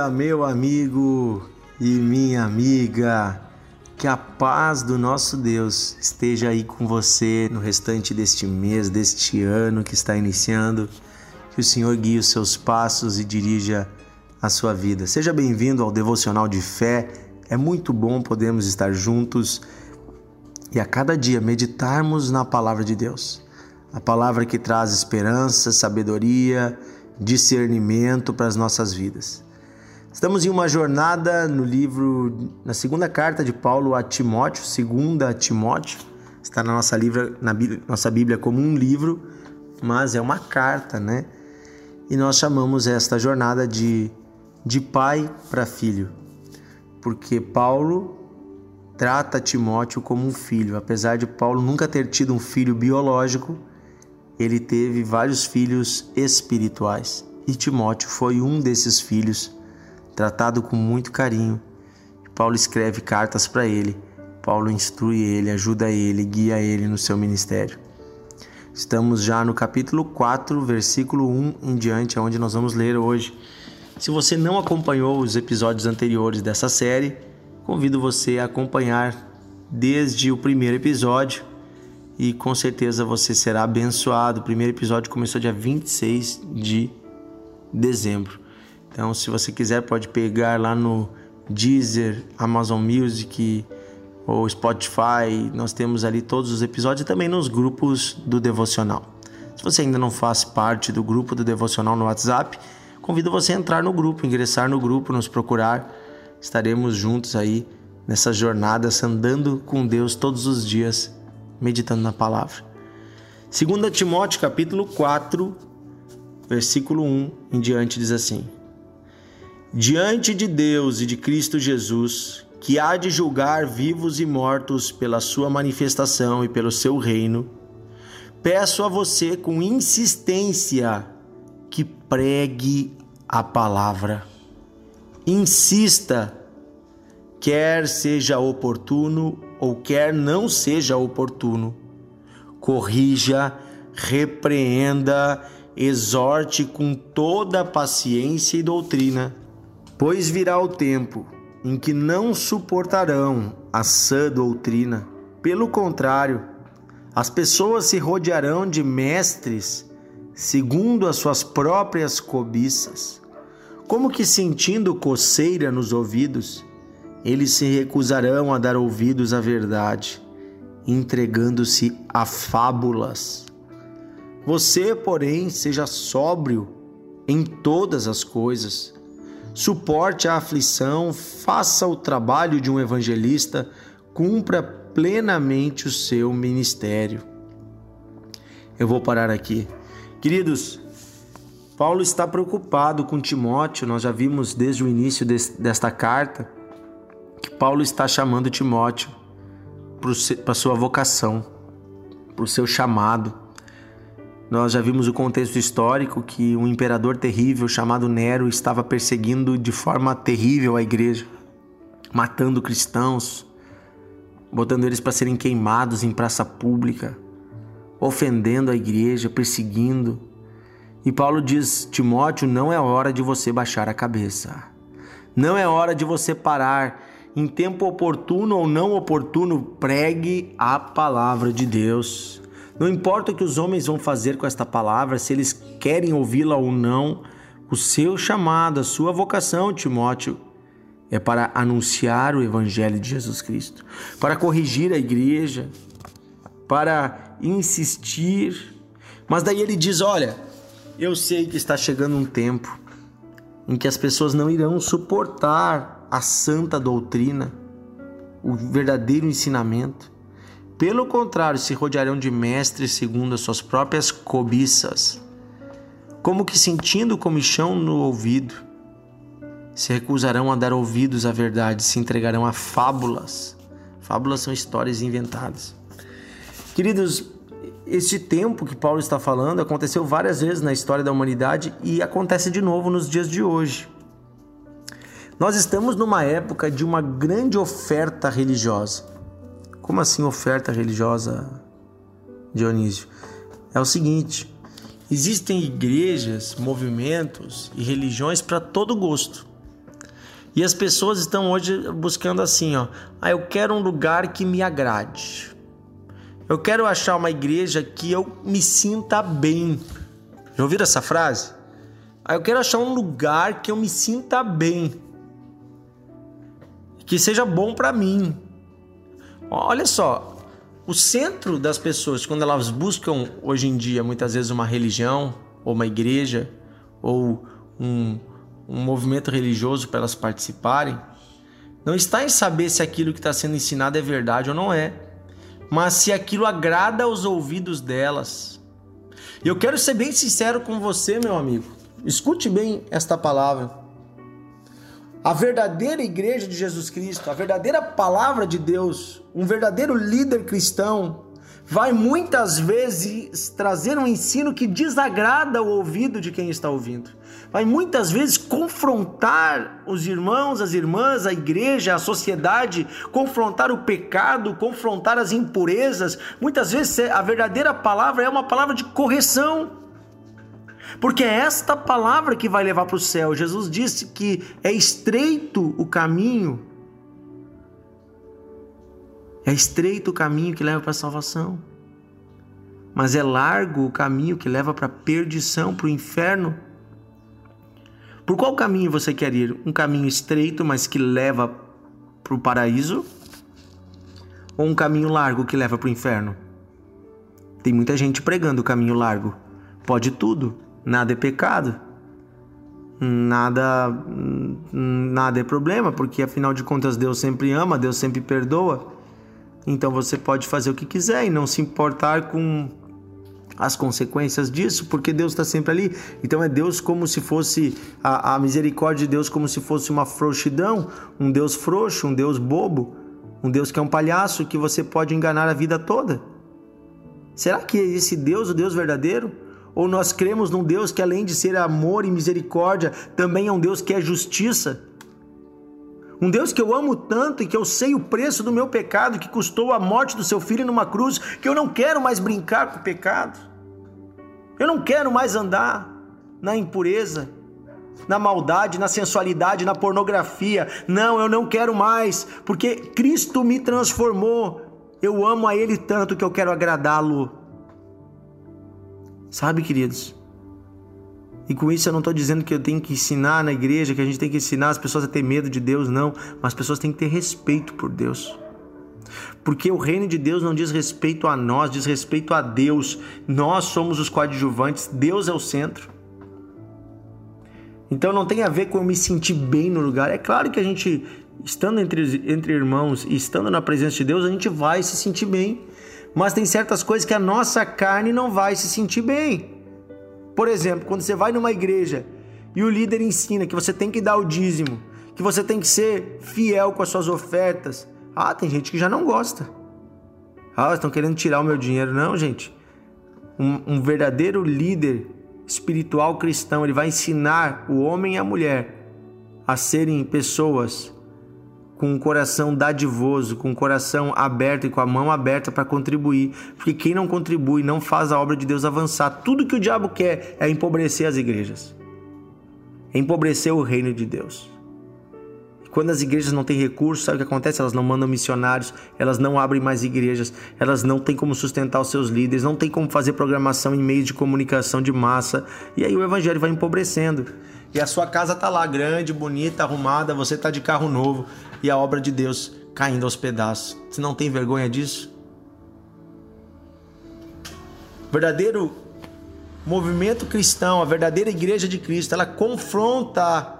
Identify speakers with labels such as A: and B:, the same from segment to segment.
A: dia, meu amigo e minha amiga. Que a paz do nosso Deus esteja aí com você no restante deste mês, deste ano que está iniciando. Que o Senhor guie os seus passos e dirija a sua vida. Seja bem-vindo ao Devocional de Fé. É muito bom podermos estar juntos e a cada dia meditarmos na Palavra de Deus. A palavra que traz esperança, sabedoria, discernimento para as nossas vidas. Estamos em uma jornada na segunda carta de Paulo a Timóteo, segunda a Timóteo. Está na nossa Bíblia como um livro, mas é uma carta, né? E nós chamamos esta jornada de pai para filho, porque Paulo trata Timóteo como um filho. Apesar de Paulo nunca ter tido um filho biológico, ele teve vários filhos espirituais. E Timóteo foi um desses filhos, tratado com muito carinho. Paulo escreve cartas para ele. Paulo instrui ele, ajuda ele, guia ele no seu ministério. Estamos já no capítulo 4, versículo 1 em diante, onde nós vamos ler hoje. Se você não acompanhou os episódios anteriores dessa série, convido você a acompanhar desde o primeiro episódio e com certeza você será abençoado. O primeiro episódio começou dia 26 de dezembro. Então, se você quiser, pode pegar lá no Deezer, Amazon Music ou Spotify. Nós temos ali todos os episódios e também nos grupos do Devocional. Se você ainda não faz parte do grupo do Devocional no WhatsApp, convido você a entrar no grupo, ingressar no grupo, nos procurar. Estaremos juntos aí nessa jornada, andando com Deus todos os dias, meditando na palavra. 2 Timóteo capítulo 4, versículo 1 em diante diz assim: Diante de Deus e de Cristo Jesus, que há de julgar vivos e mortos pela sua manifestação e pelo seu reino, peço a você com insistência que pregue a palavra. Insista, quer seja oportuno ou quer não seja oportuno. Corrija, repreenda, exorte com toda paciência e doutrina, pois virá o tempo em que não suportarão a sã doutrina. Pelo contrário, as pessoas se rodearão de mestres segundo as suas próprias cobiças. Como que sentindo coceira nos ouvidos, eles se recusarão a dar ouvidos à verdade, entregando-se a fábulas. Você, porém, seja sóbrio em todas as coisas. Suporte a aflição, faça o trabalho de um evangelista, cumpra plenamente o seu ministério. Eu vou parar aqui. Queridos, Paulo está preocupado com Timóteo. Nós já vimos desde o início desta carta que Paulo está chamando Timóteo para a sua vocação, para o seu chamado. Nós já vimos o contexto histórico que um imperador terrível chamado Nero estava perseguindo de forma terrível a igreja, matando cristãos, botando eles para serem queimados em praça pública, ofendendo a igreja, perseguindo. E Paulo diz: Timóteo, não é hora de você baixar a cabeça. Não é hora de você parar. Em tempo oportuno ou não oportuno, pregue a palavra de Deus. Não importa o que os homens vão fazer com esta palavra, se eles querem ouvi-la ou não, o seu chamado, a sua vocação, Timóteo, é para anunciar o Evangelho de Jesus Cristo, para corrigir a igreja, para insistir. Mas daí ele diz: olha, eu sei que está chegando um tempo em que as pessoas não irão suportar a santa doutrina, o verdadeiro ensinamento. Pelo contrário, se rodearão de mestres segundo as suas próprias cobiças, como que sentindo comichão no ouvido, se recusarão a dar ouvidos à verdade, se entregarão a fábulas. Fábulas são histórias inventadas. Queridos, este tempo que Paulo está falando aconteceu várias vezes na história da humanidade e acontece de novo nos dias de hoje. Nós estamos numa época de uma grande oferta religiosa. Como assim oferta religiosa, Dionísio? É o seguinte: existem igrejas, movimentos e religiões para todo gosto. E as pessoas estão hoje buscando assim, ó. Eu quero um lugar que me agrade. Eu quero achar uma igreja que eu me sinta bem. Já ouviram essa frase? Eu quero achar um lugar que eu me sinta bem. Que seja bom para mim. Olha só, o centro das pessoas, quando elas buscam hoje em dia, muitas vezes uma religião, ou uma igreja, ou um movimento religioso para elas participarem, não está em saber se aquilo que está sendo ensinado é verdade ou não é, mas se aquilo agrada aos ouvidos delas. E eu quero ser bem sincero com você, meu amigo. Escute bem esta palavra. A verdadeira igreja de Jesus Cristo, a verdadeira palavra de Deus, um verdadeiro líder cristão, vai muitas vezes trazer um ensino que desagrada o ouvido de quem está ouvindo. Vai muitas vezes confrontar os irmãos, as irmãs, a igreja, a sociedade, confrontar o pecado, confrontar as impurezas. Muitas vezes a verdadeira palavra é uma palavra de correção. Porque é esta palavra que vai levar para o céu. Jesus disse que é estreito o caminho. É estreito o caminho que leva para a salvação. Mas é largo o caminho que leva para a perdição, para o inferno. Por qual caminho você quer ir? Um caminho estreito, mas que leva para o paraíso? Ou um caminho largo que leva para o inferno? Tem muita gente pregando o caminho largo. Pode tudo. Nada é pecado, nada é problema, porque afinal de contas Deus sempre ama, Deus sempre perdoa. Então você pode fazer o que quiser e não se importar com as consequências disso, porque Deus está sempre ali. Então é Deus como se fosse, a misericórdia de Deus como se fosse uma frouxidão, um Deus frouxo, um Deus bobo, um Deus que é um palhaço que você pode enganar a vida toda. Será que é esse Deus o Deus verdadeiro? Ou nós cremos num Deus que, além de ser amor e misericórdia, também é um Deus que é justiça? Um Deus que eu amo tanto e que eu sei o preço do meu pecado, que custou a morte do seu filho numa cruz, que eu não quero mais brincar com o pecado. Eu não quero mais andar na impureza, na maldade, na sensualidade, na pornografia. Não, eu não quero mais, porque Cristo me transformou. Eu amo a Ele tanto que eu quero agradá-lo. Sabe, queridos? E com isso eu não estou dizendo que eu tenho que ensinar na igreja, que a gente tem que ensinar as pessoas a ter medo de Deus, não. Mas as pessoas têm que ter respeito por Deus. Porque o reino de Deus não diz respeito a nós, diz respeito a Deus. Nós somos os coadjuvantes, Deus é o centro. Então não tem a ver com eu me sentir bem no lugar. É claro que a gente, estando entre irmãos e estando na presença de Deus, a gente vai se sentir bem. Mas tem certas coisas que a nossa carne não vai se sentir bem. Por exemplo, quando você vai numa igreja e o líder ensina que você tem que dar o dízimo, que você tem que ser fiel com as suas ofertas. Tem gente que já não gosta. Estão querendo tirar o meu dinheiro. Não, gente. Um verdadeiro líder espiritual cristão, ele vai ensinar o homem e a mulher a serem pessoas com um coração dadivoso, com um coração aberto e com a mão aberta para contribuir. Porque quem não contribui não faz a obra de Deus avançar. Tudo que o diabo quer é empobrecer as igrejas. É empobrecer o reino de Deus. Quando as igrejas não têm recursos, sabe o que acontece? Elas não mandam missionários, elas não abrem mais igrejas, elas não têm como sustentar os seus líderes, não têm como fazer programação em meios de comunicação de massa. E aí o evangelho vai empobrecendo. E a sua casa está lá, grande, bonita, arrumada, você está de carro novo e a obra de Deus caindo aos pedaços. Você não tem vergonha disso? O verdadeiro movimento cristão, a verdadeira igreja de Cristo, ela confronta.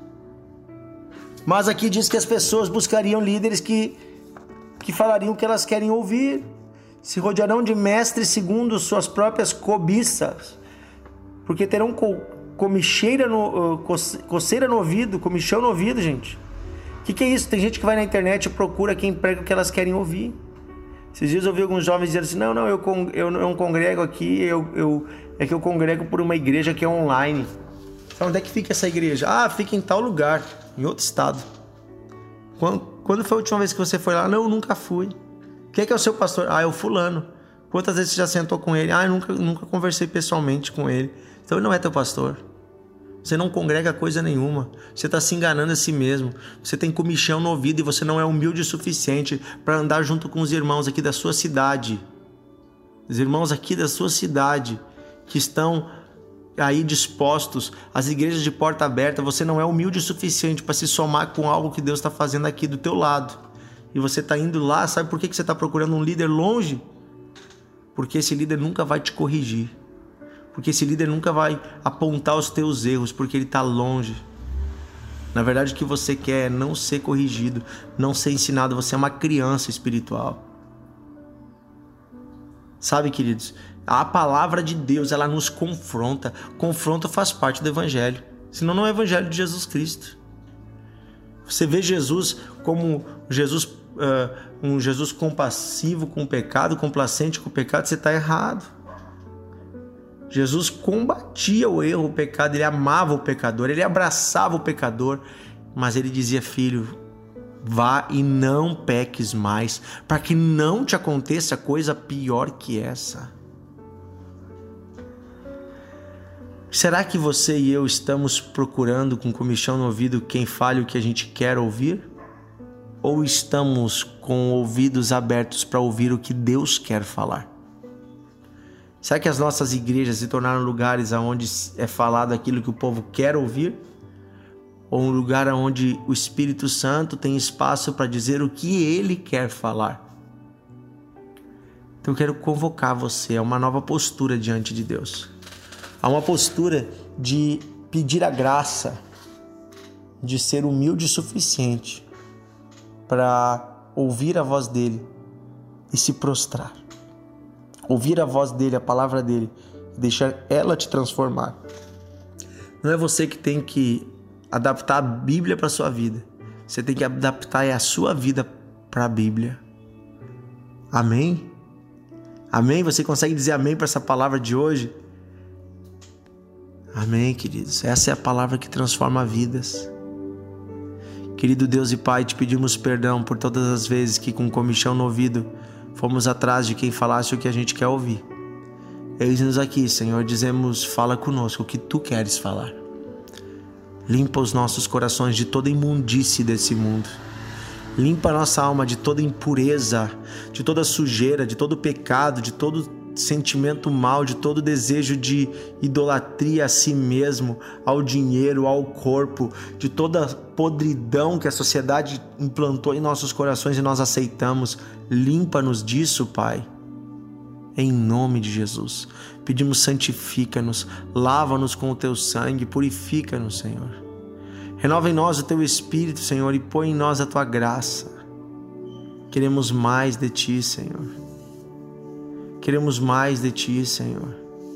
A: Mas aqui diz que as pessoas buscariam líderes que falariam o que elas querem ouvir. Se rodearão de mestres segundo suas próprias cobiças, porque terão coceira no ouvido, comichão no ouvido, gente. O que é isso? Tem gente que vai na internet e procura quem prega o que elas querem ouvir. Esses dias eu ouvi alguns jovens dizendo assim, não, eu não congrego aqui, é que eu congrego por uma igreja que é online. Então, onde é que fica essa igreja? Fica em tal lugar, em outro estado. Quando foi a última vez que você foi lá? Não, eu nunca fui. Quem é o seu pastor? É o fulano. Quantas vezes você já sentou com ele? Eu nunca conversei pessoalmente com ele. Então ele não é teu pastor. Você não congrega coisa nenhuma. Você está se enganando a si mesmo. Você tem comichão no ouvido e você não é humilde o suficiente para andar junto com os irmãos aqui da sua cidade. Os irmãos aqui da sua cidade que estão aí dispostos, as igrejas de porta aberta. Você não é humilde o suficiente para se somar com algo que Deus está fazendo aqui do teu lado. E você está indo lá, sabe por que você está procurando um líder longe? Porque esse líder nunca vai te corrigir. Porque esse líder nunca vai apontar os teus erros, porque ele está longe. Na verdade, o que você quer é não ser corrigido, não ser ensinado. Você é uma criança espiritual. Sabe, queridos, a palavra de Deus, ela nos confronta. Confronto faz parte do evangelho. Senão não é o evangelho de Jesus Cristo. Você vê Jesus como um Jesus compassivo com o pecado, complacente com o pecado, você está errado. Jesus combatia o erro, o pecado, ele amava o pecador, ele abraçava o pecador, mas ele dizia: filho, vá e não peques mais, para que não te aconteça coisa pior que essa. Será que você e eu estamos procurando com comichão no ouvido quem fale o que a gente quer ouvir? Ou estamos com ouvidos abertos para ouvir o que Deus quer falar? Será que as nossas igrejas se tornaram lugares onde é falado aquilo que o povo quer ouvir? Ou um lugar onde o Espírito Santo tem espaço para dizer o que ele quer falar? Então eu quero convocar você a uma nova postura diante de Deus. A uma postura de pedir a graça, de ser humilde o suficiente para ouvir a voz dele e se prostrar. Ouvir a voz dele, a palavra dele, deixar ela te transformar. Não é você que tem que adaptar a Bíblia para a sua vida. Você tem que adaptar a sua vida para a Bíblia. Amém? Amém? Você consegue dizer amém para essa palavra de hoje? Amém, queridos. Essa é a palavra que transforma vidas. Querido Deus e Pai, te pedimos perdão por todas as vezes que com comichão no ouvido fomos atrás de quem falasse o que a gente quer ouvir. Eis-nos aqui, Senhor, dizemos: fala conosco o que Tu queres falar. Limpa os nossos corações de toda imundície desse mundo. Limpa a nossa alma de toda impureza, de toda sujeira, de todo pecado, de todo sentimento mal, de todo desejo de idolatria a si mesmo, ao dinheiro, ao corpo, de toda podridão que a sociedade implantou em nossos corações e nós aceitamos. Limpa-nos disso, Pai. Em nome de Jesus. Pedimos: santifica-nos, lava-nos com o Teu sangue, purifica-nos, Senhor. Renova em nós o Teu Espírito, Senhor, e põe em nós a Tua graça. Queremos mais de Ti, Senhor. Queremos mais de Ti, Senhor.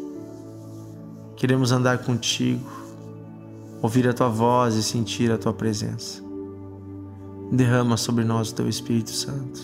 A: Queremos andar contigo, ouvir a Tua voz e sentir a Tua presença. Derrama sobre nós o Teu Espírito Santo.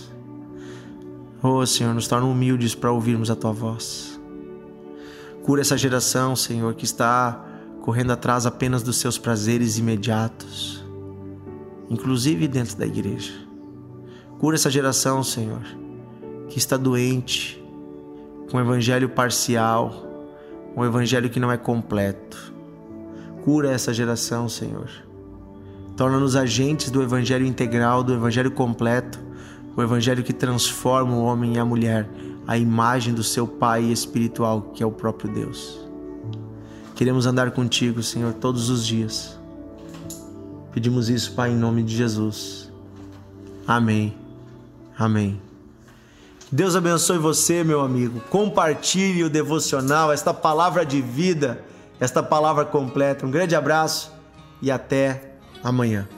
A: Oh, Senhor, nos torna humildes para ouvirmos a Tua voz. Cura essa geração, Senhor, que está correndo atrás apenas dos seus prazeres imediatos, inclusive dentro da igreja. Cura essa geração, Senhor, que está doente, com um evangelho parcial, um evangelho que não é completo. Cura essa geração, Senhor. Torna-nos agentes do evangelho integral, do evangelho completo, o evangelho que transforma o homem e a mulher à imagem do seu Pai espiritual, que é o próprio Deus. Queremos andar contigo, Senhor, todos os dias. Pedimos isso, Pai, em nome de Jesus. Amém. Amém. Deus abençoe você, meu amigo. Compartilhe o devocional, esta palavra de vida, esta palavra completa. Um grande abraço e até amanhã.